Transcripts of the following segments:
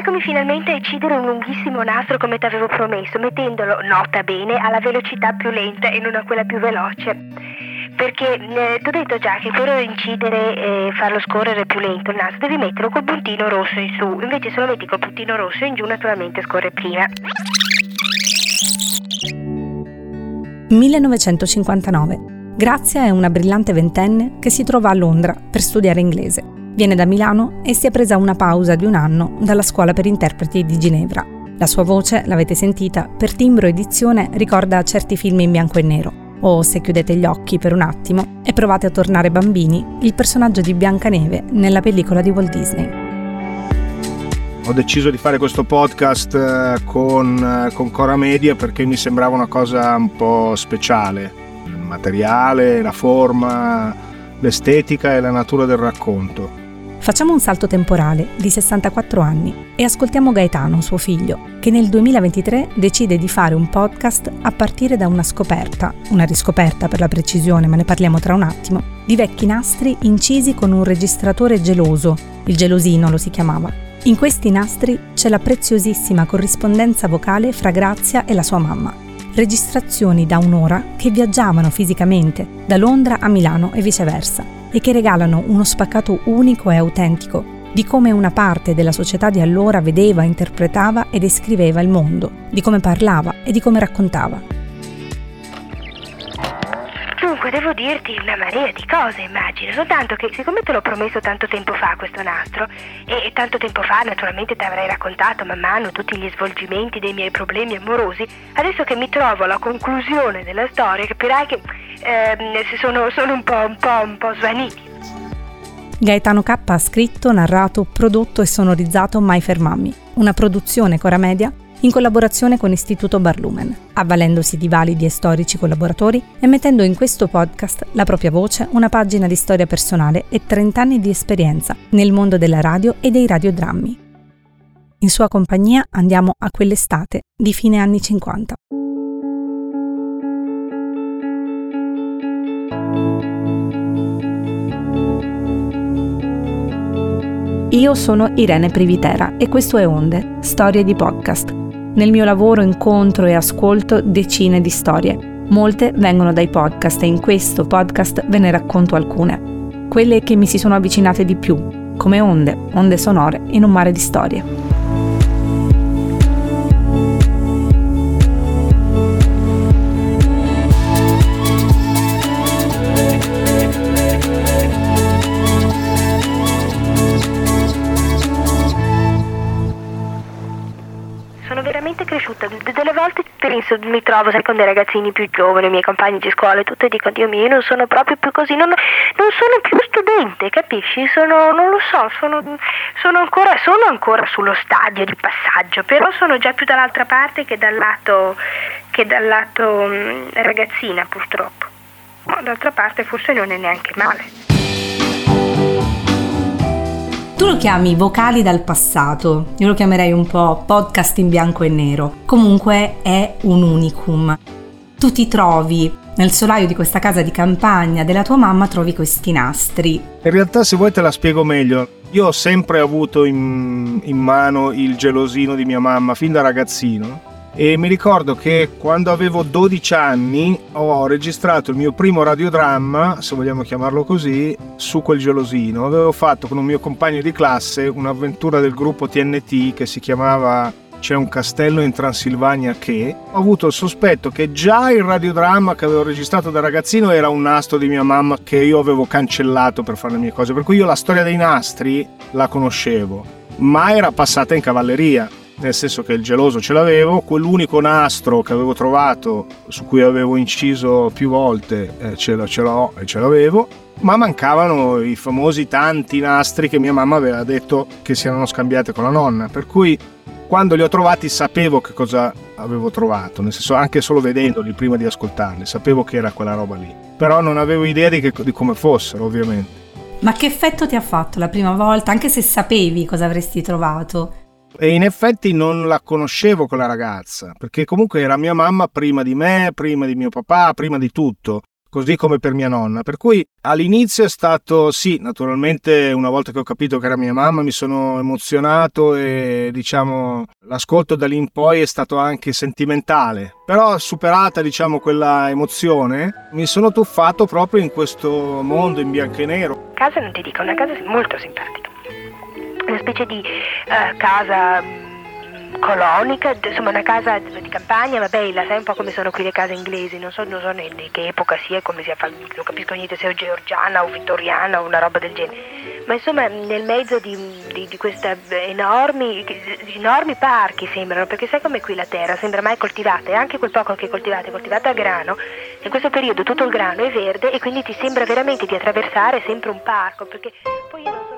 eccomi finalmente a incidere un lunghissimo nastro come ti avevo promesso, mettendolo, nota bene, alla velocità più lenta e non a quella più veloce. Perché ti ho detto già che per incidere e farlo scorrere più lento il nastro devi metterlo col puntino rosso in su, invece se lo metti col puntino rosso in giù naturalmente scorre prima. 1959. Grazia è una brillante ventenne che si trova a Londra per studiare inglese. Viene da Milano e si è presa una pausa di 1 anno dalla scuola per interpreti di Ginevra. La sua voce, l'avete sentita, per timbro e dizione ricorda certi film in bianco e nero. O, se chiudete gli occhi per un attimo e provate a tornare bambini, il personaggio di Biancaneve nella pellicola di Walt Disney. Ho deciso di fare questo podcast con Cora Media perché mi sembrava una cosa un po' speciale. Il materiale, la forma, l'estetica e la natura del racconto. Facciamo un salto temporale di 64 anni e ascoltiamo Gaetano, suo figlio, che nel 2023 decide di fare un podcast a partire da una scoperta, una riscoperta per la precisione, ma ne parliamo tra un attimo, di vecchi nastri incisi con un registratore geloso, il gelosino lo si chiamava. In questi nastri c'è la preziosissima corrispondenza vocale fra Grazia e la sua mamma. Registrazioni da 1 ora che viaggiavano fisicamente da Londra a Milano e viceversa e che regalano uno spaccato unico e autentico di come una parte della società di allora vedeva, interpretava e descriveva il mondo, di come parlava e di come raccontava. Dunque, devo dirti una marea di cose, immagino, soltanto che siccome te l'ho promesso tanto tempo fa questo nastro, e tanto tempo fa naturalmente ti avrei raccontato man mano tutti gli svolgimenti dei miei problemi amorosi, adesso che mi trovo alla conclusione della storia capirai che sono un po' svaniti. Gaetano K ha scritto, narrato, prodotto e sonorizzato Mai fermarmi, una produzione Cora Media in collaborazione con Istituto Barlumen, avvalendosi di validi e storici collaboratori e mettendo in questo podcast la propria voce, una pagina di storia personale e 30 anni di esperienza nel mondo della radio e dei radiodrammi. In sua compagnia andiamo a quell'estate di fine anni 50. Io sono Irene Privitera e questo è Onde, storie di podcast. Nel mio lavoro incontro e ascolto decine di storie. Molte vengono dai podcast e in questo podcast ve ne racconto alcune. Quelle che mi si sono avvicinate di più, come onde sonore in un mare di storie. Cresciuta, delle volte penso, mi trovo sai, con dei ragazzini più giovani, i miei compagni di scuola e tutto, e dico Dio mio, io non sono proprio più così, non sono più studente, capisci? Sono ancora sullo stadio di passaggio, però sono già più dall'altra parte che dal lato ragazzina, purtroppo. Ma d'altra parte forse non è neanche male. Tu lo chiami vocali dal passato, io lo chiamerei un po' podcast in bianco e nero. Comunque è un unicum. Tu ti trovi nel solaio di questa casa di campagna della tua mamma, trovi questi nastri. In realtà, se vuoi te la spiego meglio. Io ho sempre avuto in mano il gelosino di mia mamma fin da ragazzino. E mi ricordo che quando avevo 12 anni ho registrato il mio primo radiodramma, se vogliamo chiamarlo così, su quel gelosino. Avevo fatto con un mio compagno di classe un'avventura del gruppo TNT che si chiamava C'è un castello in Transilvania che... Ho avuto il sospetto che già il radiodramma che avevo registrato da ragazzino era un nastro di mia mamma che io avevo cancellato per fare le mie cose, per cui io la storia dei nastri la conoscevo, ma era passata in cavalleria. Nel senso che il geloso ce l'avevo, quell'unico nastro che avevo trovato, su cui avevo inciso più volte, ce l'ho e ce l'avevo, ma mancavano i famosi tanti nastri che mia mamma aveva detto che si erano scambiate con la nonna, per cui quando li ho trovati sapevo che cosa avevo trovato, nel senso anche solo vedendoli prima di ascoltarli, sapevo che era quella roba lì, però non avevo idea di come fossero, ovviamente. Ma che effetto ti ha fatto la prima volta, anche se sapevi cosa avresti trovato? E in effetti non la conoscevo quella ragazza, perché comunque era mia mamma prima di me, prima di mio papà, prima di tutto. così come per mia nonna. Per cui all'inizio è stato, sì, naturalmente una volta che ho capito che era mia mamma mi sono emozionato e diciamo l'ascolto da lì in poi è stato anche sentimentale, però superata diciamo quella emozione mi sono tuffato proprio in questo mondo in bianco e nero. Casa non ti dico, una casa molto simpatica, una specie di casa colonica, insomma una casa di campagna, ma bella, sai un po' come sono qui le case inglesi, non so di che epoca sia, come sia, non capisco niente se è georgiana o vittoriana o una roba del genere, ma insomma nel mezzo di questa enormi parchi sembrano, perché sai come qui la terra sembra mai coltivata, e anche quel poco che è coltivata a grano, in questo periodo tutto il grano è verde e quindi ti sembra veramente di attraversare sempre un parco, perché poi io non sono...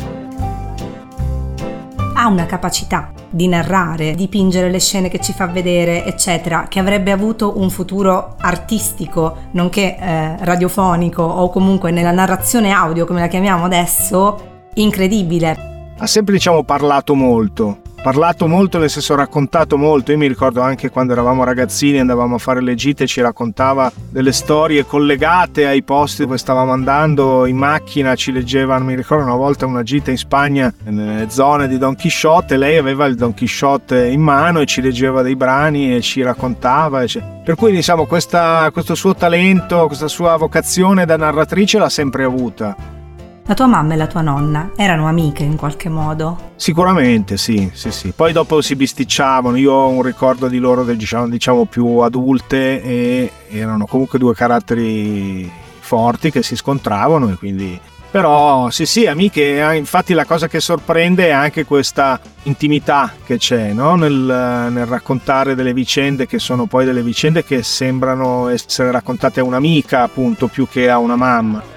Ha una capacità di narrare, dipingere le scene che ci fa vedere, eccetera, che avrebbe avuto un futuro artistico, nonché radiofonico o comunque nella narrazione audio, come la chiamiamo adesso, incredibile. Ha sempre diciamo parlato molto nel senso raccontato molto. Io mi ricordo anche quando eravamo ragazzini, andavamo a fare le gite, ci raccontava delle storie collegate ai posti dove stavamo andando in macchina, ci leggeva, mi ricordo una volta una gita in Spagna nelle zone di Don Chisciotte, lei aveva il Don Chisciotte in mano e ci leggeva dei brani e ci raccontava, per cui diciamo questo suo talento, questa sua vocazione da narratrice l'ha sempre avuta. La tua mamma e la tua nonna erano amiche in qualche modo? Sicuramente sì. Poi dopo si bisticciavano, io ho un ricordo di loro diciamo più adulte e erano comunque due caratteri forti che si scontravano e quindi... Però sì, amiche, infatti la cosa che sorprende è anche questa intimità che c'è, no? nel raccontare delle vicende che sono poi delle vicende che sembrano essere raccontate a un'amica appunto più che a una mamma.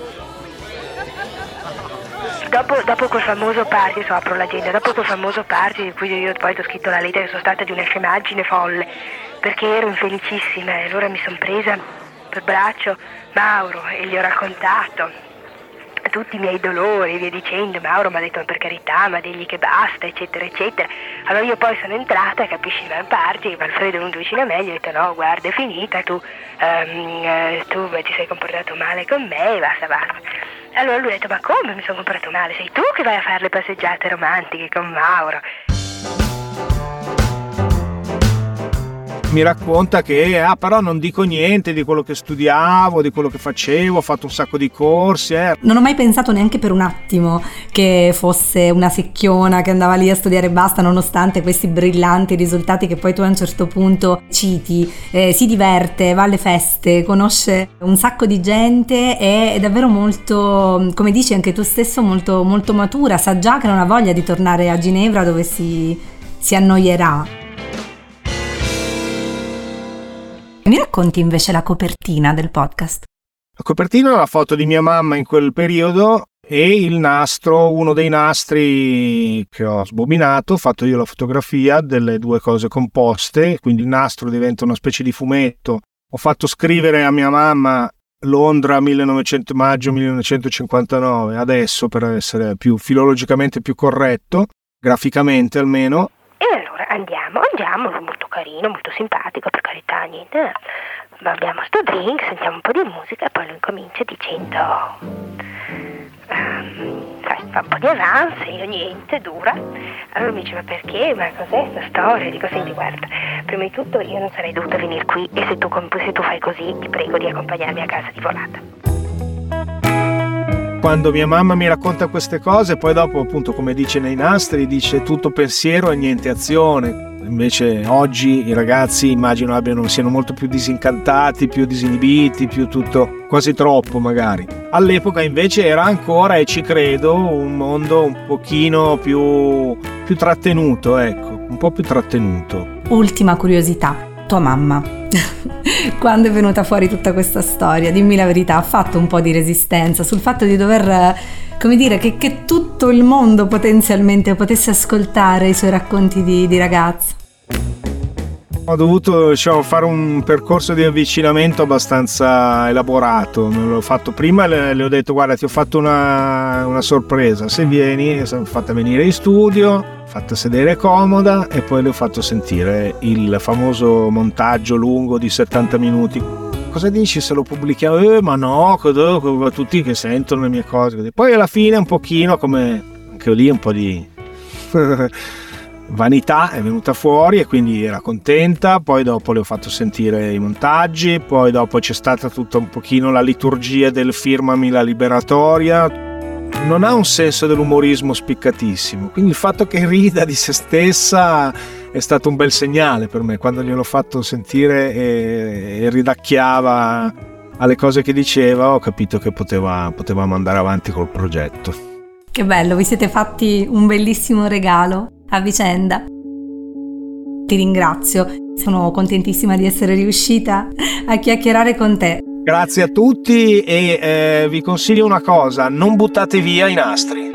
Dopo quel famoso party, apro l'agenda, dopo quel famoso party di cui io poi ti ho scritto la lettera, sono stata di una scemaggine folle, perché ero infelicissima e allora mi sono presa per braccio Mauro e gli ho raccontato tutti i miei dolori e via dicendo. Mauro mi ha detto per carità, ma digli che basta, eccetera eccetera. Allora io poi sono entrata, capisci, al party, Alfredo è venuto vicino a me e gli ho detto no, guarda, è finita, tu ti sei comportato male con me, basta. Allora lui ha detto ma come mi sono comportato male? Sei tu che vai a fare le passeggiate romantiche con Mauro. Mi racconta che però non dico niente di quello che studiavo, di quello che facevo, ho fatto un sacco di corsi. Non ho mai pensato neanche per un attimo che fosse una secchiona che andava lì a studiare e basta, nonostante questi brillanti risultati che poi tu a un certo punto citi. Si diverte, va alle feste, conosce un sacco di gente, è davvero molto, come dici anche tu stesso, molto, molto matura, sa già che non ha voglia di tornare a Ginevra dove si annoierà. Mi racconti invece la copertina del podcast? La copertina è una foto di mia mamma in quel periodo e il nastro, uno dei nastri che ho sbobinato, ho fatto io la fotografia delle due cose composte, quindi il nastro diventa una specie di fumetto. Ho fatto scrivere a mia mamma Londra maggio 1959, adesso per essere più filologicamente più corretto, graficamente almeno. E allora andiamo, molto carino, molto simpatico, per carità, niente. Abbiamo sto drink, sentiamo un po' di musica e poi lui comincia dicendo fa un po' di avance, io niente, dura. Allora mi dice ma perché? Ma cos'è sta storia? Dico senti guarda, prima di tutto io non sarei dovuta venire qui e se tu fai così ti prego di accompagnarmi a casa di volata. Quando mia mamma mi racconta queste cose, poi dopo appunto come dice nei nastri, dice tutto pensiero e niente azione. Invece oggi i ragazzi immagino siano molto più disincantati, più disinibiti, più tutto, quasi troppo magari. All'epoca invece era ancora, e ci credo, un mondo un pochino più trattenuto, ecco, un po' più trattenuto. Ultima curiosità, tua mamma, quando è venuta fuori tutta questa storia, dimmi la verità, ha fatto un po' di resistenza sul fatto di dover, come dire, che tutto il mondo potenzialmente potesse ascoltare i suoi racconti di ragazza? Ho dovuto fare un percorso di avvicinamento abbastanza elaborato. Me l'ho fatto prima, le ho detto guarda ti ho fatto una sorpresa, se vieni, sono fatta venire in studio, fatta sedere comoda e poi le ho fatto sentire il famoso montaggio lungo di 70 minuti. cosa dici se lo pubblichiamo? Ma no, tutti che sentono le mie cose. Poi alla fine un pochino, come anche lì un po' di vanità è venuta fuori, e quindi era contenta. Poi dopo le ho fatto sentire i montaggi, poi dopo c'è stata tutta un pochino la liturgia del firmami la liberatoria. Non ha un senso dell'umorismo spiccatissimo, quindi il fatto che rida di se stessa è stato un bel segnale per me. Quando gliel'ho fatto sentire e ridacchiava alle cose che diceva, ho capito che potevamo andare avanti col progetto. Che bello, vi siete fatti un bellissimo regalo a vicenda. Ti ringrazio, sono contentissima di essere riuscita a chiacchierare con te. Grazie a tutti, e vi consiglio una cosa: non buttate via i nastri.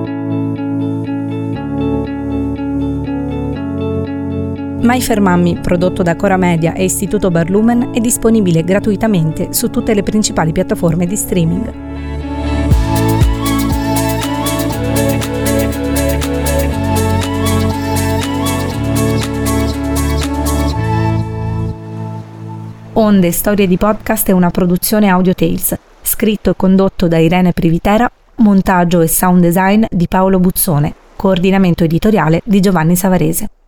Mai fermarmi, prodotto da Cora Media e Istituto Barlumen, è disponibile gratuitamente su tutte le principali piattaforme di streaming. Onde Storie di Podcast è una produzione Audio Tales, scritto e condotto da Irene Privitera, montaggio e sound design di Paolo Buzzone, coordinamento editoriale di Giovanni Savarese.